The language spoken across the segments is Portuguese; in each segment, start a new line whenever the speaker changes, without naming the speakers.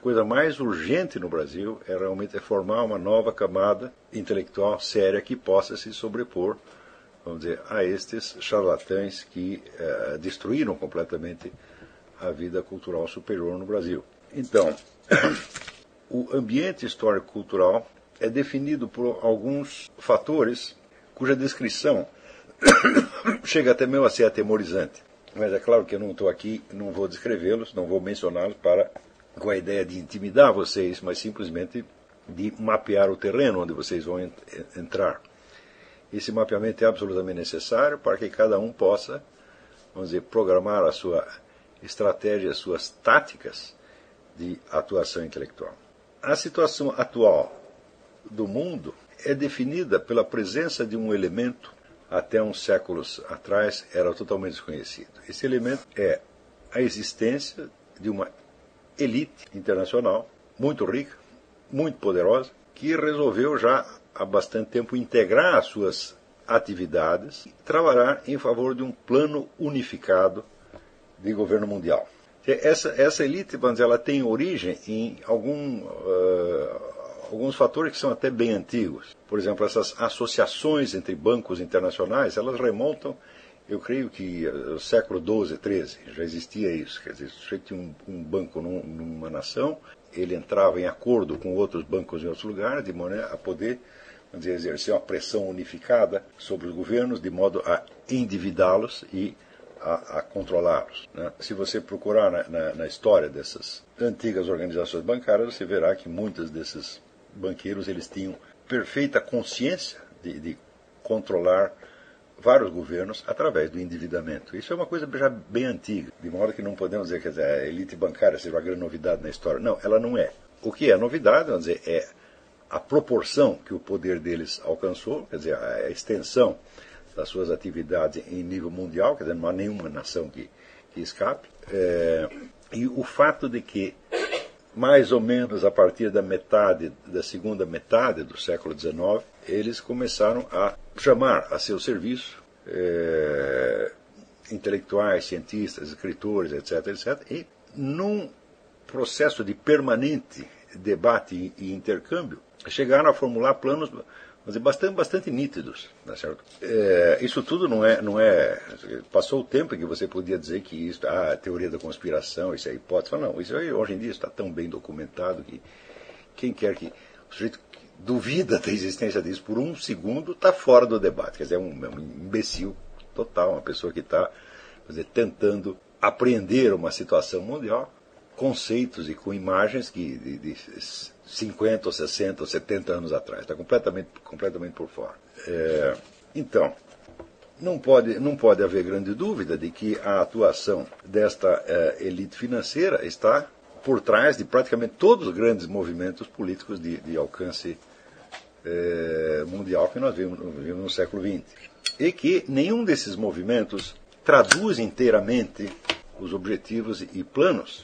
coisa mais urgente no Brasil é realmente formar uma nova camada intelectual séria que possa se sobrepor, vamos dizer, a estes charlatães que destruíram completamente a vida cultural superior no Brasil. Então, o ambiente histórico-cultural é definido por alguns fatores cuja descrição chega até mesmo a ser atemorizante. Mas é claro que eu não estou aqui, não vou descrevê-los, não vou mencioná-los com a ideia de intimidar vocês, mas simplesmente de mapear o terreno onde vocês vão entrar. Esse mapeamento é absolutamente necessário para que cada um possa, vamos dizer, programar a sua estratégia, as suas táticas de atuação intelectual. A situação atual do mundo é definida pela presença de um elemento até uns séculos atrás era totalmente desconhecido. Esse elemento é a existência de uma elite internacional muito rica, muito poderosa, que resolveu já há bastante tempo integrar as suas atividades e trabalhar em favor de um plano unificado de governo mundial. Essa elite, vamos dizer, ela tem origem em alguns fatores que são até bem antigos. Por exemplo, essas associações entre bancos internacionais, elas remontam, eu creio que ao século XII, XIII, já existia isso. Quer dizer, você tinha um banco numa nação, ele entrava em acordo com outros bancos em outros lugares, de maneira a poder, vamos dizer, exercer uma pressão unificada sobre os governos, de modo a endividá-los e a controlá-los. Né? Se você procurar na história dessas antigas organizações bancárias, você verá que muitos desses banqueiros eles tinham perfeita consciência de controlar vários governos através do endividamento. Isso é uma coisa já bem antiga, de modo que não podemos dizer que a elite bancária seja uma grande novidade na história. Não, ela não é. O que é novidade, vamos dizer, é a proporção que o poder deles alcançou, quer dizer, a extensão das suas atividades em nível mundial, quer dizer, não há nenhuma nação que escape, e o fato de que mais ou menos a partir da segunda metade do século XIX, eles começaram a chamar a seu serviço intelectuais, cientistas, escritores, etc., e num processo de permanente debate e intercâmbio, chegaram a formular planos bastante nítidos, tá certo? Isso tudo não é. Passou o tempo em que você podia dizer que isso, a teoria da conspiração, isso é hipótese. Não, isso aí, hoje em dia está tão bem documentado que quem quer que. O sujeito que duvida da existência disso por um segundo está fora do debate. Quer dizer, é um imbecil total, uma pessoa que está tentando apreender uma situação mundial, conceitos e com imagens de 50, ou 60, ou 70 anos atrás. Está completamente por fora. Então, não pode haver grande dúvida de que a atuação desta elite financeira está por trás de praticamente todos os grandes movimentos políticos de alcance mundial que nós vimos no século XX. E que nenhum desses movimentos traduz inteiramente os objetivos e planos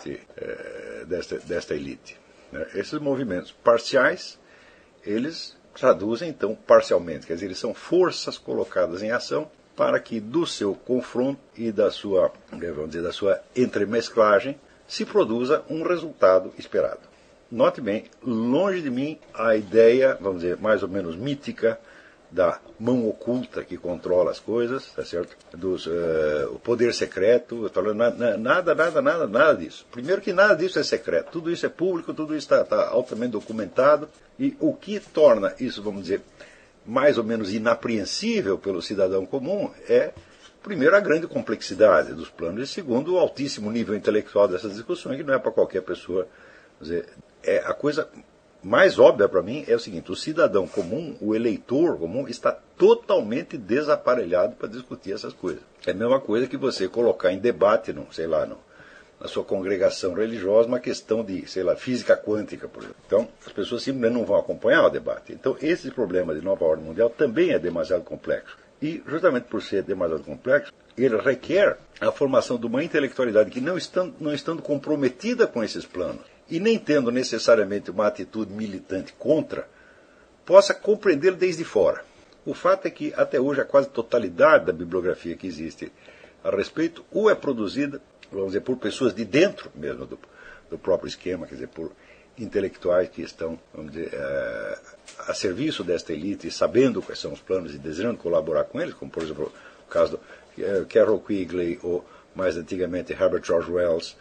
desta elite. Esses movimentos parciais, eles traduzem, então, parcialmente. Quer dizer, eles são forças colocadas em ação para que do seu confronto e da sua entremesclagem se produza um resultado esperado. Note bem, longe de mim a ideia, vamos dizer, mais ou menos mítica, da mão oculta que controla as coisas, tá certo? O poder secreto, nada disso. Primeiro que nada disso é secreto, tudo isso é público, tudo isso está altamente documentado, e o que torna isso, vamos dizer, mais ou menos inapreensível pelo cidadão comum é, primeiro, a grande complexidade dos planos, e segundo, o altíssimo nível intelectual dessas discussões, que não é para qualquer pessoa. Quer dizer, a coisa mais óbvia para mim é o seguinte: o cidadão comum, o eleitor comum, está totalmente desaparelhado para discutir essas coisas. É a mesma coisa que você colocar em debate, na sua congregação religiosa, uma questão de, física quântica, por exemplo. Então, as pessoas simplesmente não vão acompanhar o debate. Então, esse problema de nova ordem mundial também é demasiado complexo. E, justamente por ser demasiado complexo, ele requer a formação de uma intelectualidade que, não estando comprometida com esses planos, e nem tendo necessariamente uma atitude militante contra, possa compreendê-lo desde fora. O fato é que, até hoje, a quase totalidade da bibliografia que existe a respeito, ou é produzida, vamos dizer, por pessoas de dentro mesmo do próprio esquema, quer dizer, por intelectuais que estão, vamos dizer, a serviço desta elite, sabendo quais são os planos e desejando colaborar com eles, como, por exemplo, o caso do Carroll Quigley, ou mais antigamente Herbert George Wells,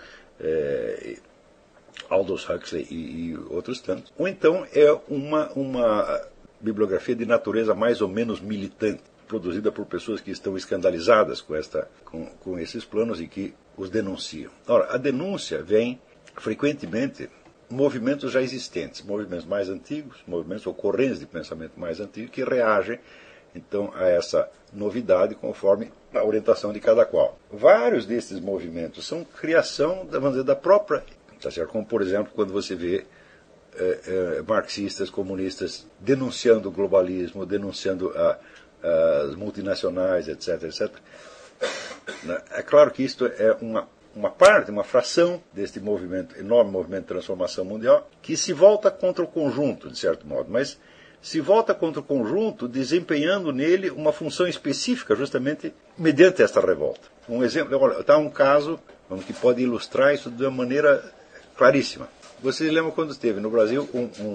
Aldous Huxley e outros tantos. Ou então é uma bibliografia de natureza mais ou menos militante, produzida por pessoas que estão escandalizadas com esses planos e que os denunciam. Ora, a denúncia vem frequentemente movimentos já existentes, movimentos mais antigos, movimentos ou correntes de pensamento mais antigos que reagem então a essa novidade conforme a orientação de cada qual. Vários desses movimentos são criação da própria, tá certo? Como por exemplo quando você vê marxistas, comunistas denunciando o globalismo, denunciando as multinacionais, etc, etc. É claro que isto é uma parte, uma fração deste movimento, enorme movimento de transformação mundial, que se volta contra o conjunto, de certo modo, mas se volta contra o conjunto desempenhando nele uma função específica, justamente mediante esta revolta. Um exemplo, olha, está um caso que pode ilustrar isso de uma maneira claríssima. Vocês lembram quando esteve no Brasil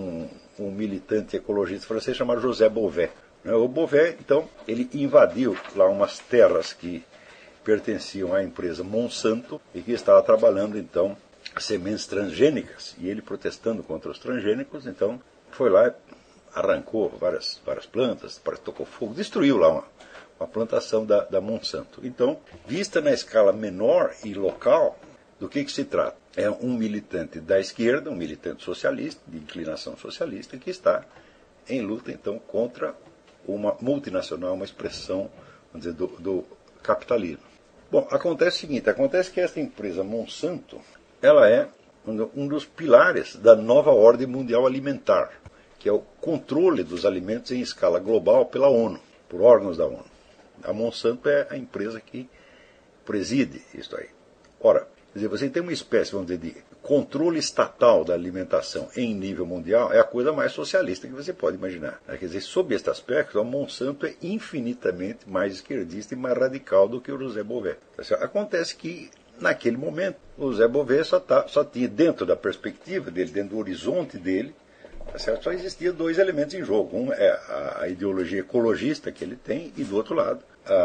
um militante ecologista francês chamado José Bové. O Bové, então, ele invadiu lá umas terras que pertenciam à empresa Monsanto e que estava trabalhando, então, sementes transgênicas. E ele, protestando contra os transgênicos, então, foi lá, arrancou várias plantas, tocou fogo, destruiu lá uma plantação da Monsanto. Então, vista na escala menor e local, do que se trata? É um militante da esquerda, um militante socialista, de inclinação socialista, que está em luta, então, contra uma multinacional, uma expressão, vamos dizer, do capitalismo. Bom, acontece o seguinte, acontece que esta empresa Monsanto, ela é um dos pilares da nova ordem mundial alimentar, que é o controle dos alimentos em escala global pela ONU, por órgãos da ONU. A Monsanto é a empresa que preside isso aí. Ora, quer dizer, você tem uma espécie, vamos dizer, de controle estatal da alimentação em nível mundial, é a coisa mais socialista que você pode imaginar. Quer dizer, sob este aspecto, a Monsanto é infinitamente mais esquerdista e mais radical do que o José Bové. Acontece que, naquele momento, o José Bové só tinha, dentro da perspectiva dele, dentro do horizonte dele, só existia dois elementos em jogo. Um é a ideologia ecologista que ele tem e, do outro lado,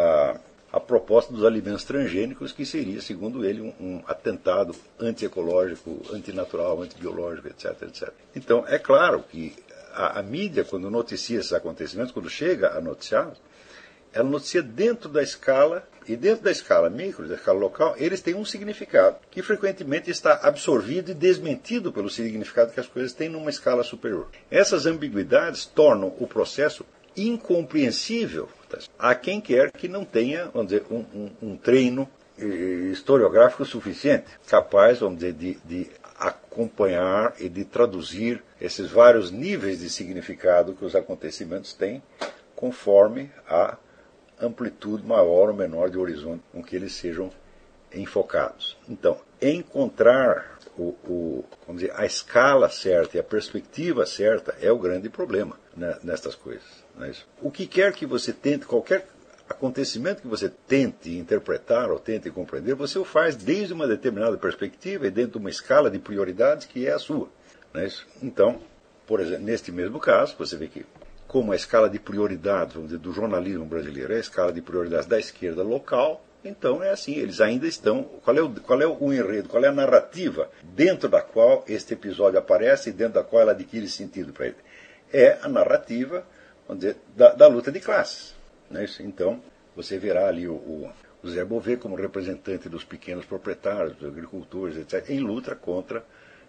a proposta dos alimentos transgênicos, que seria, segundo ele, um atentado antiecológico, antinatural, antibiológico, etc, etc. Então, é claro que a mídia, quando noticia esses acontecimentos, quando chega a noticiá-los, ela noticia dentro da escala, e dentro da escala micro, da escala local, eles têm um significado que frequentemente está absorvido e desmentido pelo significado que as coisas têm numa escala superior. Essas ambiguidades tornam o processo incompreensível a quem quer que não tenha, vamos dizer, um treino historiográfico suficiente, capaz, vamos dizer, de acompanhar e de traduzir esses vários níveis de significado que os acontecimentos têm, conforme a amplitude maior ou menor de horizonte com que eles sejam enfocados. Então, encontrar vamos dizer, a escala certa e a perspectiva certa é o grande problema, né, nestas coisas. Não é isso? O que quer que você tente, qualquer acontecimento que você tente interpretar ou tente compreender, você o faz desde uma determinada perspectiva e dentro de uma escala de prioridades que é a sua. Não é isso? Então, por exemplo, neste mesmo caso, você vê que como a escala de prioridades, vamos dizer, do jornalismo brasileiro é a escala de prioridades da esquerda local, então é assim, eles ainda estão... Qual é o enredo, qual é a narrativa dentro da qual este episódio aparece e dentro da qual ela adquire sentido para ele? É a narrativa, vamos dizer, da luta de classes. Não é isso? Então, você verá ali o Zé Bové como representante dos pequenos proprietários, dos agricultores, etc., em luta contra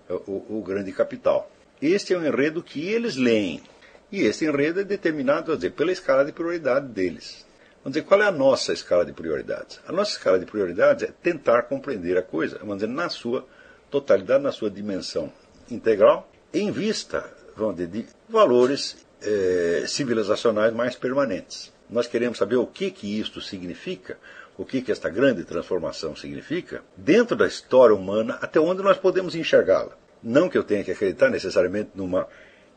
o grande capital. Este é um enredo que eles leem. E esse enredo é determinado, vamos dizer, pela escala de prioridade deles. Vamos dizer, qual é a nossa escala de prioridades? A nossa escala de prioridades é tentar compreender a coisa, vamos dizer, na sua totalidade, na sua dimensão integral, em vista, vamos dizer, de valores civilizacionais mais permanentes. Nós queremos saber o que isto significa, o que esta grande transformação significa, dentro da história humana, até onde nós podemos enxergá-la. Não que eu tenha que acreditar necessariamente numa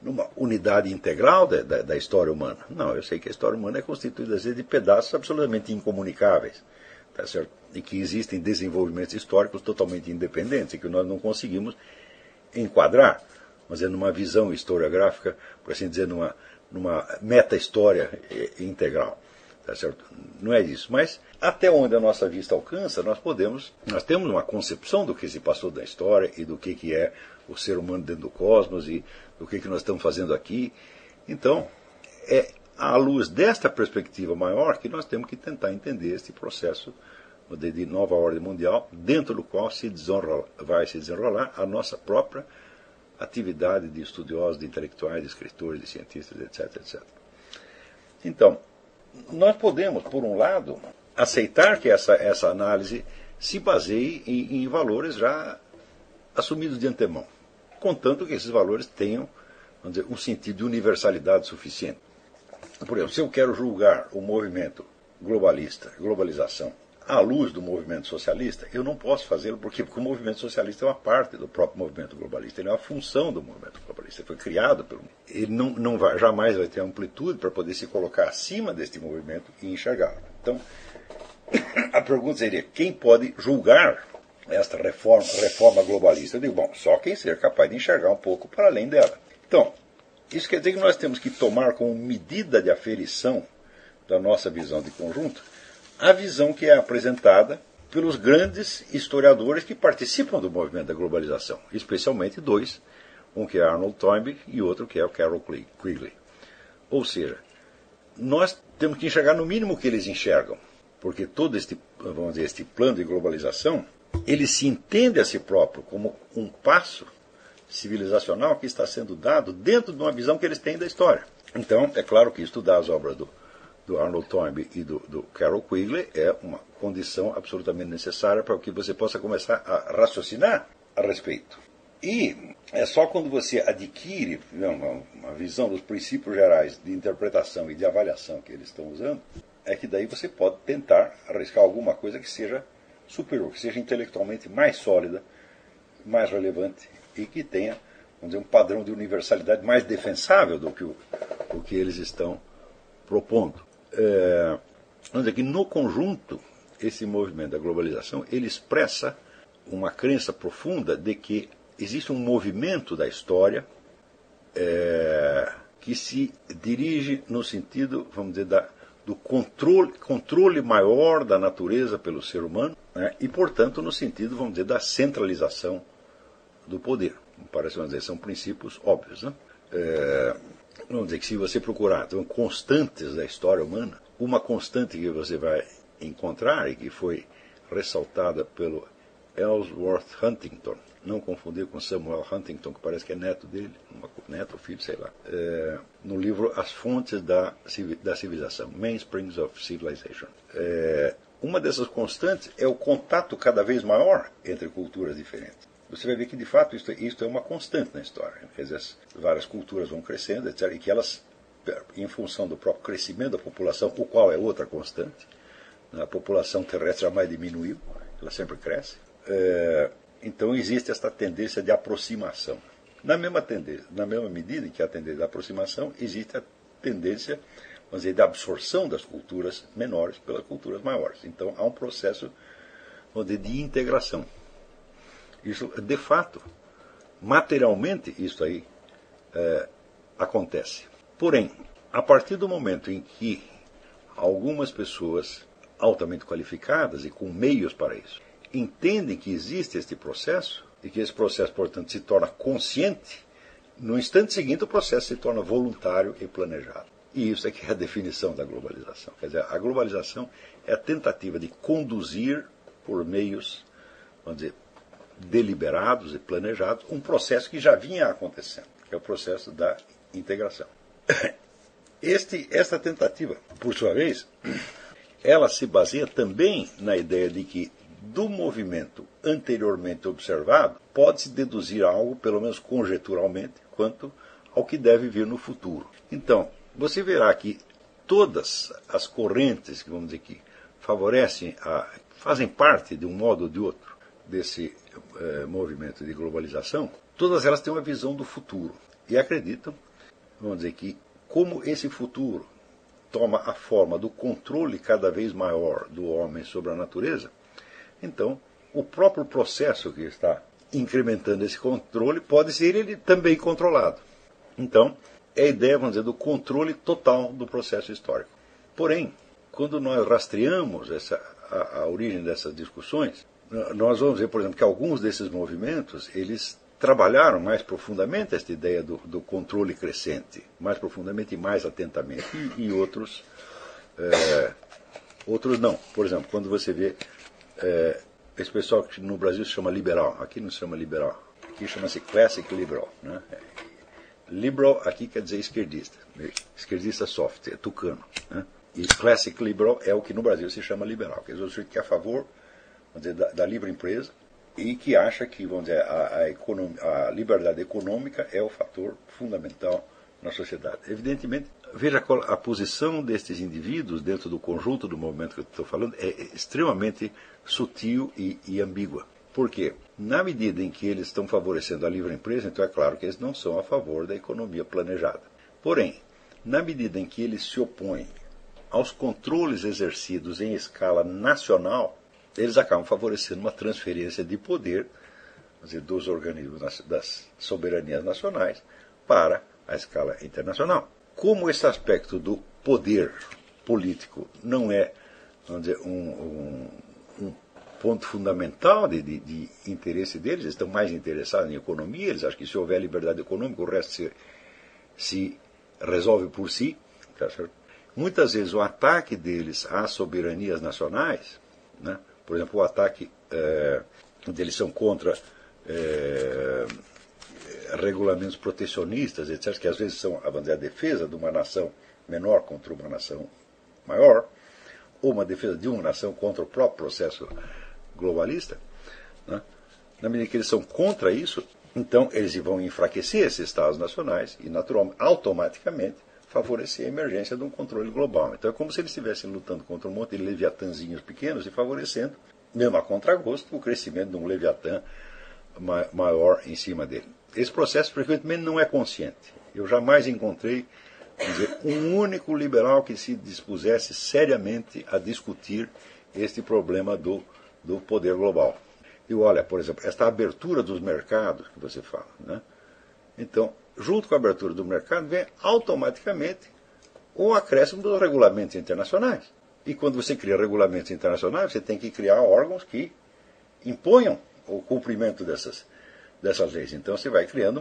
unidade integral da história humana. Não, eu sei que a história humana é constituída às vezes de pedaços absolutamente incomunicáveis. tá certo? E que existem desenvolvimentos históricos totalmente independentes e que nós não conseguimos enquadrar, mas é numa visão historiográfica, por assim dizer, numa meta-história integral. Tá certo? Não é isso. Mas até onde a nossa vista alcança, nós temos uma concepção do que se passou da história e do que é o ser humano dentro do cosmos e do que nós estamos fazendo aqui. Então, é à luz desta perspectiva maior que nós temos que tentar entender este processo de nova ordem mundial, dentro do qual vai se desenrolar a nossa própria atividade de estudiosos, de intelectuais, de escritores, de cientistas, etc, etc. Então, nós podemos, por um lado, aceitar que essa análise se baseie em valores já assumidos de antemão, contanto que esses valores tenham, vamos dizer, um sentido de universalidade suficiente. Por exemplo, se eu quero julgar o movimento globalista, globalização, à luz do movimento socialista, eu não posso fazê-lo porque o movimento socialista é uma parte do próprio movimento globalista, ele é uma função do movimento globalista, ele foi criado pelo mundo. Ele jamais vai ter amplitude para poder se colocar acima deste movimento e enxergá-lo. Então, a pergunta seria, quem pode julgar esta reforma globalista? Eu digo, bom, só quem seja capaz de enxergar um pouco para além dela. Então, isso quer dizer que nós temos que tomar como medida de aferição da nossa visão de conjunto a visão que é apresentada pelos grandes historiadores que participam do movimento da globalização, especialmente dois, um que é Arnold Toynbee e outro que é o Carroll Quigley. Ou seja, nós temos que enxergar no mínimo o que eles enxergam, porque todo este plano de globalização, ele se entende a si próprio como um passo civilizacional que está sendo dado dentro de uma visão que eles têm da história. Então, é claro que estudar as obras do Arnold Toynbee e do Carroll Quigley é uma condição absolutamente necessária para que você possa começar a raciocinar a respeito. E é só quando você adquire uma visão dos princípios gerais de interpretação e de avaliação que eles estão usando, é que daí você pode tentar arriscar alguma coisa que seja superior, que seja intelectualmente mais sólida, mais relevante e que tenha, vamos dizer, um padrão de universalidade mais defensável do que o que eles estão propondo. Vamos dizer que no conjunto esse movimento da globalização ele expressa uma crença profunda de que existe um movimento da história que se dirige no sentido, vamos dizer, do controle maior da natureza pelo ser humano, né, e portanto no sentido, vamos dizer, da centralização do poder. Parece, vamos dizer, são princípios óbvios, né? Vamos dizer que se você procurar então, constantes da história humana, uma constante que você vai encontrar e que foi ressaltada pelo Ellsworth Huntington, não confundir com Samuel Huntington, que parece que é neto dele, neto ou filho, sei lá, no livro As Fontes da Civilização, Mainsprings of Civilization. Uma dessas constantes é o contato cada vez maior entre culturas diferentes. Você vai ver que, de fato, isto é uma constante na história. Quer dizer, várias culturas vão crescendo, etc., e que elas, em função do próprio crescimento da população, o qual é outra constante, a população terrestre jamais diminuiu, ela sempre cresce, então existe esta tendência de aproximação. Na mesma medida em que há a tendência de aproximação, existe a tendência, vamos dizer, de absorção das culturas menores pelas culturas maiores. Então há um processo, vamos dizer, de integração. Isso, de fato, materialmente, isso aí acontece. Porém, a partir do momento em que algumas pessoas altamente qualificadas e com meios para isso entendem que existe este processo e que esse processo, portanto, se torna consciente, no instante seguinte o processo se torna voluntário e planejado. E isso é que é a definição da globalização. Quer dizer, a globalização é a tentativa de conduzir por meios, vamos dizer, deliberados e planejados, um processo que já vinha acontecendo, que é o processo da integração. Esta tentativa, por sua vez, ela se baseia também na ideia de que do movimento anteriormente observado pode-se deduzir algo, pelo menos conjeturalmente, quanto ao que deve vir no futuro. Então, você verá que todas as correntes que, vamos dizer, que fazem parte de um modo ou de outro desse movimento de globalização, todas elas têm uma visão do futuro e acreditam, vamos dizer, que como esse futuro toma a forma do controle cada vez maior do homem sobre a natureza, então o próprio processo que está incrementando esse controle pode ser ele também controlado. Então, é a ideia, vamos dizer, do controle total do processo histórico. Porém, quando nós rastreamos a origem dessas discussões, nós vamos ver, por exemplo, que alguns desses movimentos, eles trabalharam mais profundamente esta ideia do controle crescente, mais profundamente e mais atentamente, e outros não. Por exemplo, quando você vê esse pessoal que no Brasil se chama liberal, aqui não se chama liberal, aqui chama-se classic liberal, né? Liberal aqui quer dizer esquerdista, esquerdista soft, é tucano, né? E classic liberal é o que no Brasil se chama liberal, quer dizer, o sujeito que é a favor, vamos dizer, da livre empresa e que acha que, vamos dizer, a liberdade econômica é o fator fundamental na sociedade. Evidentemente, veja a posição destes indivíduos dentro do conjunto do movimento que eu estou falando é extremamente sutil e ambígua. Por quê? Na medida em que eles estão favorecendo a livre empresa, então é claro que eles não são a favor da economia planejada. Porém, na medida em que eles se opõem aos controles exercidos em escala nacional, eles acabam favorecendo uma transferência de poder, quer dizer, dos organismos das soberanias nacionais para a escala internacional. Como esse aspecto do poder político não é, vamos dizer, um ponto fundamental de interesse deles, eles estão mais interessados em economia, eles acham que se houver liberdade econômica, o resto se resolve por si. Tá certo? Muitas vezes o ataque deles às soberanias nacionais, né, por exemplo, o ataque deles são contra regulamentos protecionistas, etc., que às vezes são a defesa de uma nação menor contra uma nação maior, ou uma defesa de uma nação contra o próprio processo globalista, né? Na medida que eles são contra isso, então eles vão enfraquecer esses Estados nacionais e, naturalmente, automaticamente, favorecer a emergência de um controle global. Então é como se eles estivessem lutando contra um monte de leviatãzinhos pequenos e favorecendo, mesmo a contragosto, o crescimento de um leviatã maior em cima dele. Esse processo frequentemente não é consciente. Eu jamais encontrei, quer dizer, um único liberal que se dispusesse seriamente a discutir este problema do poder global. E olha, por exemplo, esta abertura dos mercados que você fala, né? Então, junto com a abertura do mercado, vem automaticamente o acréscimo dos regulamentos internacionais. E quando você cria regulamentos internacionais, você tem que criar órgãos que imponham o cumprimento dessas leis. Então você vai criando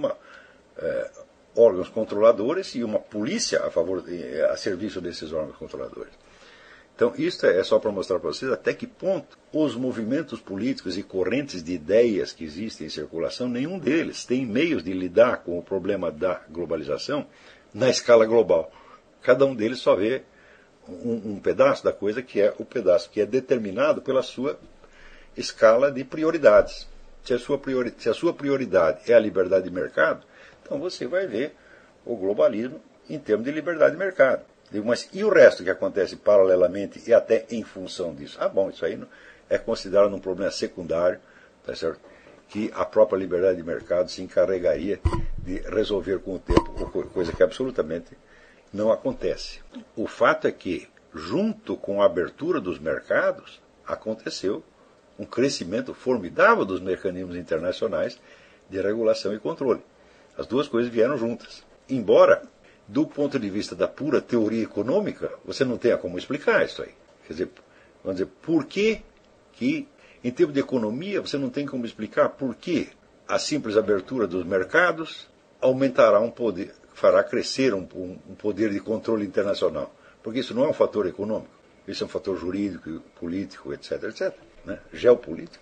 órgãos controladores e uma polícia a serviço desses órgãos controladores. Então isso é só para mostrar para vocês até que ponto os movimentos políticos e correntes de ideias que existem em circulação, nenhum deles tem meios de lidar com o problema da globalização na escala global. Cada um deles só vê um pedaço da coisa que é o pedaço que é determinado pela sua escala de prioridades. Se a sua prioridade é a liberdade de mercado, então você vai ver o globalismo em termos de liberdade de mercado. Mas e o resto que acontece paralelamente e até em função disso? Bom, isso aí é considerado um problema secundário, tá certo? Que a própria liberdade de mercado se encarregaria de resolver com o tempo, coisa que absolutamente não acontece. O fato é que, junto com a abertura dos mercados, aconteceu um crescimento formidável dos mecanismos internacionais de regulação e controle. As duas coisas vieram juntas. Embora, do ponto de vista da pura teoria econômica, você não tenha como explicar isso aí. Quer dizer, vamos dizer, por que, em termos de economia, você não tem como explicar por que a simples abertura dos mercados aumentará fará crescer um poder de controle internacional. Porque isso não é um fator econômico, isso é um fator jurídico, político, etc., etc., né? Geopolítico.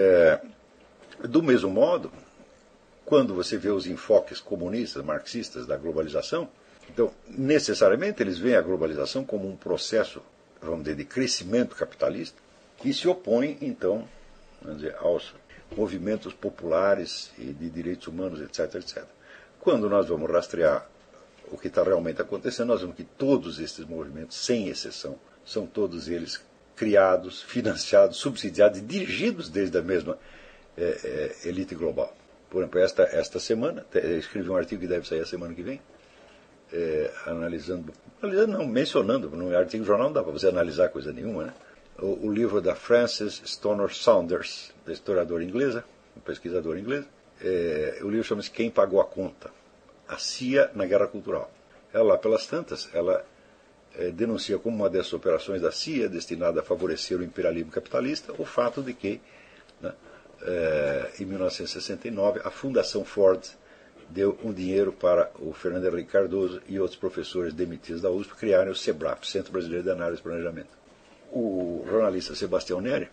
Do mesmo modo, quando você vê os enfoques comunistas, marxistas da globalização, então, necessariamente, eles veem a globalização como um processo, vamos dizer, de crescimento capitalista, que se opõe, então, vamos dizer, aos movimentos populares e de direitos humanos, etc., etc. Quando nós vamos rastrear o que está realmente acontecendo, nós vemos que todos esses movimentos, sem exceção, são todos eles criados, financiados, subsidiados e dirigidos desde a mesma elite global. Por exemplo, esta semana, eu escrevi um artigo que deve sair a semana que vem, analisando não, mencionando, no artigo de jornal não dá para você analisar coisa nenhuma, né? O livro da Frances Stoner Saunders, da historiadora inglesa, pesquisadora inglesa, o livro chama-se Quem Pagou a Conta? A CIA na Guerra Cultural. Ela, pelas tantas, ela denuncia como uma dessas operações da CIA destinada a favorecer o imperialismo capitalista o fato de que, né, em 1969, a Fundação Ford deu um dinheiro para o Fernando Henrique Cardoso e outros professores demitidos da USP criarem o CEBRAP, Centro Brasileiro de Análise e Planejamento. O jornalista Sebastião Neri,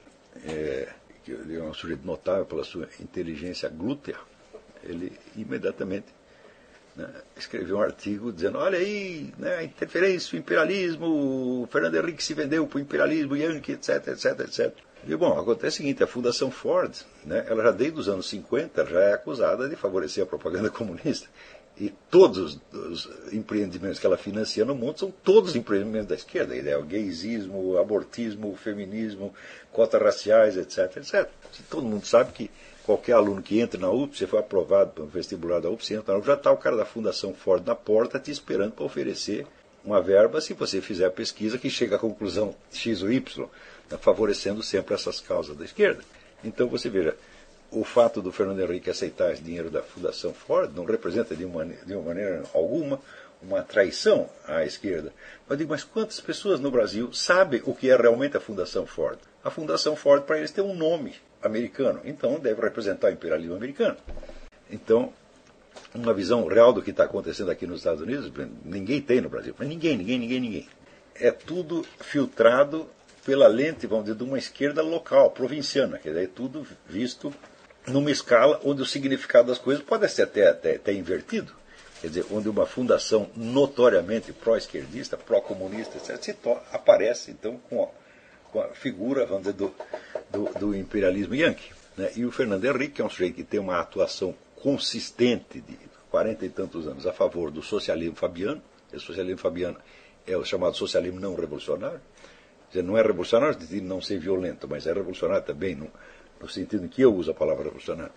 que é um sujeito notável pela sua inteligência glútea, ele imediatamente, né, escreveu um artigo dizendo: olha aí, né, a interferência, o imperialismo, o Fernando Henrique se vendeu para o imperialismo, Yankee, etc, etc, etc. E, bom, acontece o seguinte, a Fundação Ford, né, ela já desde os anos 50 já é acusada de favorecer a propaganda comunista. E todos os empreendimentos que ela financia no mundo são todos empreendimentos da esquerda. O gaysismo, o abortismo, o feminismo, cotas raciais, etc, etc. Todo mundo sabe que qualquer aluno que entra na USP, você foi aprovado para o vestibular da USP, você entra na USP, já está o cara da Fundação Ford na porta te esperando para oferecer uma verba se você fizer a pesquisa que chega à conclusão X ou Y, favorecendo sempre essas causas da esquerda. Então você veja, o fato do Fernando Henrique aceitar esse dinheiro da Fundação Ford não representa de uma maneira alguma uma traição à esquerda. Eu digo, mas quantas pessoas no Brasil sabem o que é realmente a Fundação Ford? A Fundação Ford, para eles, tem um nome americano, então deve representar o imperialismo americano. Então, uma visão real do que está acontecendo aqui nos Estados Unidos, ninguém tem no Brasil, mas ninguém. É tudo filtrado pela lente, vamos dizer, de uma esquerda local, provinciana, quer dizer, é tudo visto numa escala onde o significado das coisas pode ser até invertido. Quer dizer, onde uma fundação notoriamente pró-esquerdista, pró-comunista, etc., aparece, então, com a figura, vamos dizer, do imperialismo yankee. Né? E o Fernando Henrique, que é um sujeito que tem uma atuação consistente de 40 e tantos anos a favor do socialismo fabiano. O socialismo fabiano é o chamado socialismo não revolucionário. Quer dizer, não é revolucionário no sentido de não ser violento, mas é revolucionário também no sentido em que eu uso a palavra revolucionário.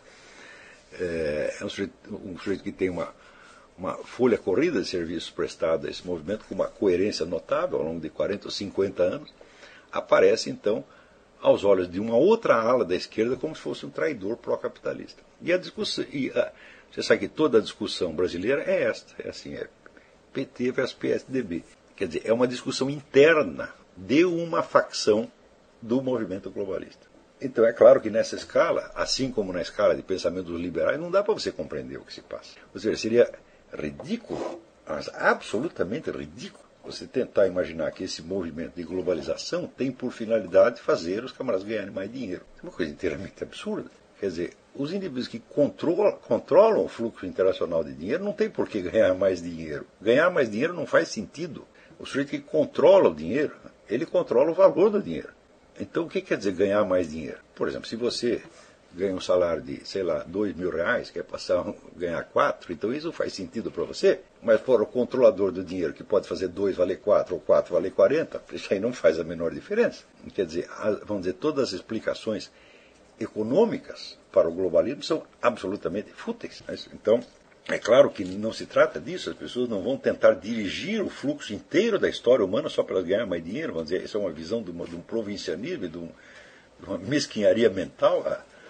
É um sujeito que tem uma folha corrida de serviços prestados a esse movimento com uma coerência notável ao longo de 40 ou 50 anos, aparece então aos olhos de uma outra ala da esquerda como se fosse um traidor pró-capitalista. E a discussão, você sabe que toda a discussão brasileira é esta, é assim, é PT versus PSDB. Quer dizer, é uma discussão interna de uma facção do movimento globalista. Então é claro que nessa escala, assim como na escala de pensamento dos liberais, não dá para você compreender o que se passa. Ou seja, seria ridículo, mas absolutamente ridículo, você tentar imaginar que esse movimento de globalização tem por finalidade fazer os camaradas ganharem mais dinheiro. É uma coisa inteiramente absurda. Quer dizer, os indivíduos que controlam o fluxo internacional de dinheiro não tem por que ganhar mais dinheiro. Ganhar mais dinheiro não faz sentido. O sujeito que controla o dinheiro, ele controla o valor do dinheiro. Então, o que quer dizer ganhar mais dinheiro? Por exemplo, se você ganha um salário de, sei lá, R$2.000, quer passar a ganhar 4, então isso faz sentido para você. Mas para o controlador do dinheiro, que pode fazer 2 valer 4 ou 4 valer 40, isso aí não faz a menor diferença. Quer dizer, vamos dizer, todas as explicações econômicas para o globalismo são absolutamente fúteis. Então, é claro que não se trata disso, as pessoas não vão tentar dirigir o fluxo inteiro da história humana só para ganhar mais dinheiro. Vamos dizer, isso é uma visão de um provincianismo, de uma mesquinharia mental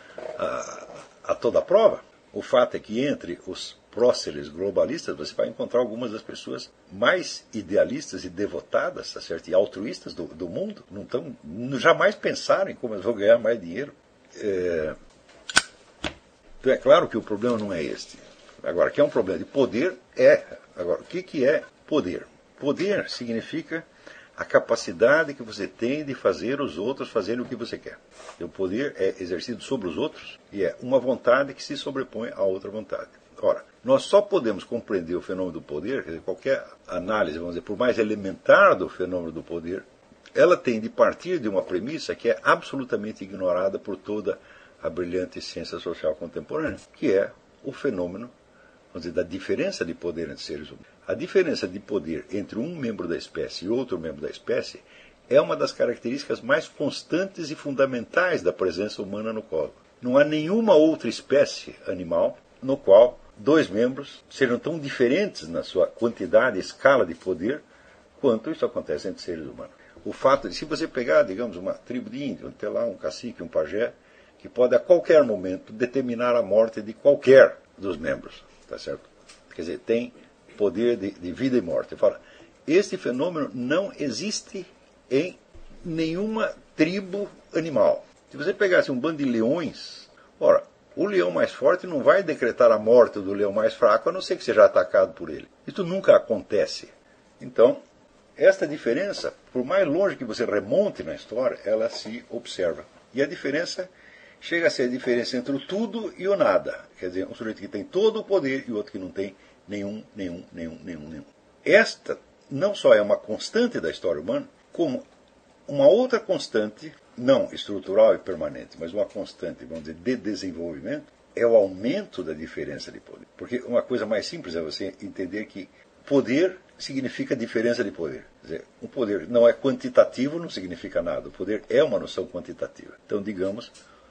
a toda prova. O fato é que entre os próceres globalistas você vai encontrar algumas das pessoas mais idealistas e devotadas, tá certo? E altruístas do mundo, jamais pensaram em como eles vão ganhar mais dinheiro. Então é claro que o problema não é este. Agora, que é um problema de poder, Agora, o que é poder? Poder significa a capacidade que você tem de fazer os outros fazerem o que você quer. O poder é exercido sobre os outros e é uma vontade que se sobrepõe a outra vontade. Ora, nós só podemos compreender o fenômeno do poder, quer dizer, qualquer análise, vamos dizer, por mais elementar do fenômeno do poder, ela tem de partir de uma premissa que é absolutamente ignorada por toda a brilhante ciência social contemporânea, que é o fenômeno, vamos dizer, da diferença de poder entre seres humanos. A diferença de poder entre um membro da espécie e outro membro da espécie é uma das características mais constantes e fundamentais da presença humana no cosmos. Não há nenhuma outra espécie animal no qual dois membros sejam tão diferentes na sua quantidade e escala de poder quanto isso acontece entre seres humanos. O fato de, se você pegar, digamos, uma tribo de índios, tem lá um cacique, um pajé, que pode a qualquer momento determinar a morte de qualquer dos membros, tá certo? Quer dizer, tem poder de vida e morte. Fala, este fenômeno não existe em nenhuma tribo animal. Se você pegasse um bando de leões, ora, o leão mais forte não vai decretar a morte do leão mais fraco, a não ser que seja atacado por ele. Isso nunca acontece. Então, esta diferença, por mais longe que você remonte na história, ela se observa. E a diferença chega a ser a diferença entre o tudo e o nada. Quer dizer, um sujeito que tem todo o poder e outro que não tem nenhum. Esta não só é uma constante da história humana, como uma outra constante, não estrutural e permanente, mas uma constante, vamos dizer, de desenvolvimento, é o aumento da diferença de poder. Porque uma coisa mais simples é você entender que poder significa diferença de poder. Quer dizer, um poder não é quantitativo, não significa nada. O poder é uma noção quantitativa. Então, digamos,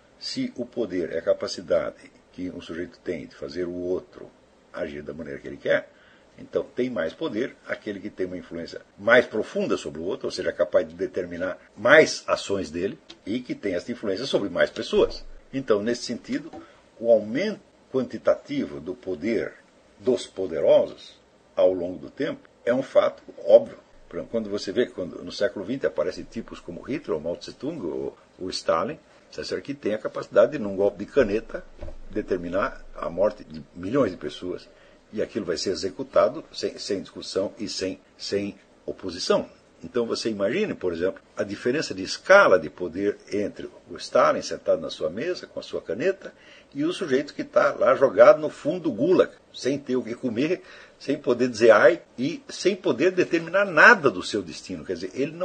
se o poder é a capacidade que um sujeito tem de fazer o outro agir da maneira que ele quer, então tem mais poder aquele que tem uma influência mais profunda sobre o outro, ou seja, capaz de determinar mais ações dele e que tem essa influência sobre mais pessoas. Então, nesse sentido, o aumento quantitativo do poder dos poderosos ao longo do tempo é um fato óbvio. Por exemplo, quando você vê, quando no século XX aparecem tipos como Hitler, ou Mao Tse-tung, ou o Stalin, que tem a capacidade de, num golpe de caneta, determinar a morte de milhões de pessoas. E aquilo vai ser executado sem discussão e sem oposição. Então você imagine, por exemplo, a diferença de escala de poder entre o Stalin sentado na sua mesa com a sua caneta e o sujeito que está lá jogado no fundo do gulag, sem ter o que comer, sem poder dizer ai e sem poder determinar nada do seu destino. Quer dizer, ele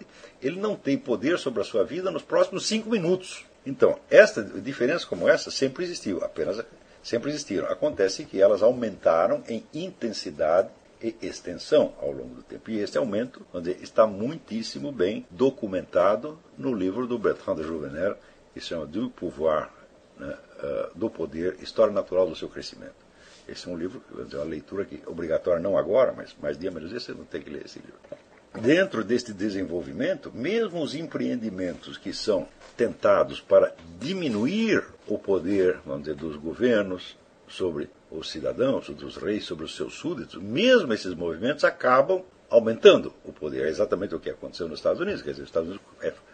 não tem poder sobre a sua vida nos próximos 5 minutos. Então, esta diferença como essa sempre existiu, sempre existiram. Acontece que elas aumentaram em intensidade e extensão ao longo do tempo. E esse aumento, vamos dizer, está muitíssimo bem documentado no livro do Bertrand de Jouvenel, que se chama Du Pouvoir, né, do Poder, História Natural do Seu Crescimento. Esse é um livro, vamos dizer, uma leitura que obrigatória não agora, mas mais dia menos dia você não tem que ler esse livro. Dentro deste desenvolvimento, mesmo os empreendimentos que são tentados para diminuir o poder, vamos dizer, dos governos sobre os cidadãos, dos reis, sobre os seus súditos, mesmo esses movimentos acabam aumentando o poder. É exatamente o que aconteceu nos Estados Unidos. Quer dizer, os Estados Unidos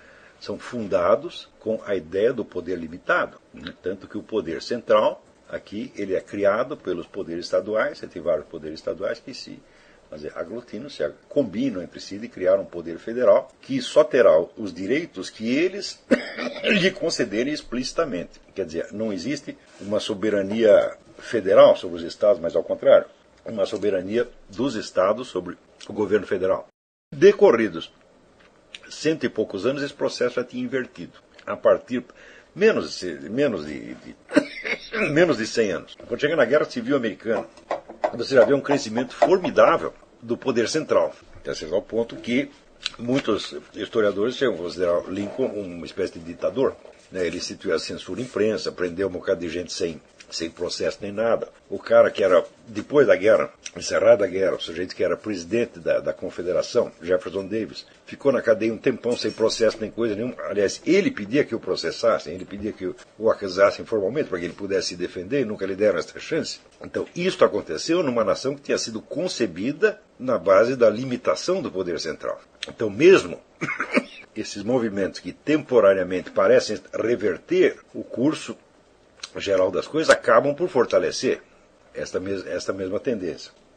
são fundados com a ideia do poder limitado, né? Tanto que o poder central, aqui, ele é criado pelos poderes estaduais, você tem vários poderes estaduais que se aglutinam, se combinam entre si de criar um poder federal que só terá os direitos que eles lhe concederem explicitamente. Quer dizer, não existe uma soberania federal sobre os estados, mas ao contrário, uma soberania dos estados sobre o governo federal. Decorridos 100 e poucos anos, esse processo já tinha invertido. A partir menos de 100 anos. Quando chega na Guerra Civil Americana, você já vê um crescimento formidável do poder central. Até ao ponto que muitos historiadores chegam a considerar Lincoln uma espécie de ditador. Ele instituiu a censura à imprensa, prendeu um bocado de gente sem processo nem nada. O cara que era, depois da guerra, encerrada a guerra, o sujeito que era presidente da Confederação, Jefferson Davis, ficou na cadeia um tempão sem processo nem coisa nenhuma. Aliás, ele pedia que o processassem, ele pedia que o acusassem formalmente para que ele pudesse se defender, e nunca lhe deram essa chance. Então, isto aconteceu numa nação que tinha sido concebida na base da limitação do poder central. Então, mesmo esses movimentos que temporariamente parecem reverter o curso geral das coisas acabam por fortalecer esta mesma tendência.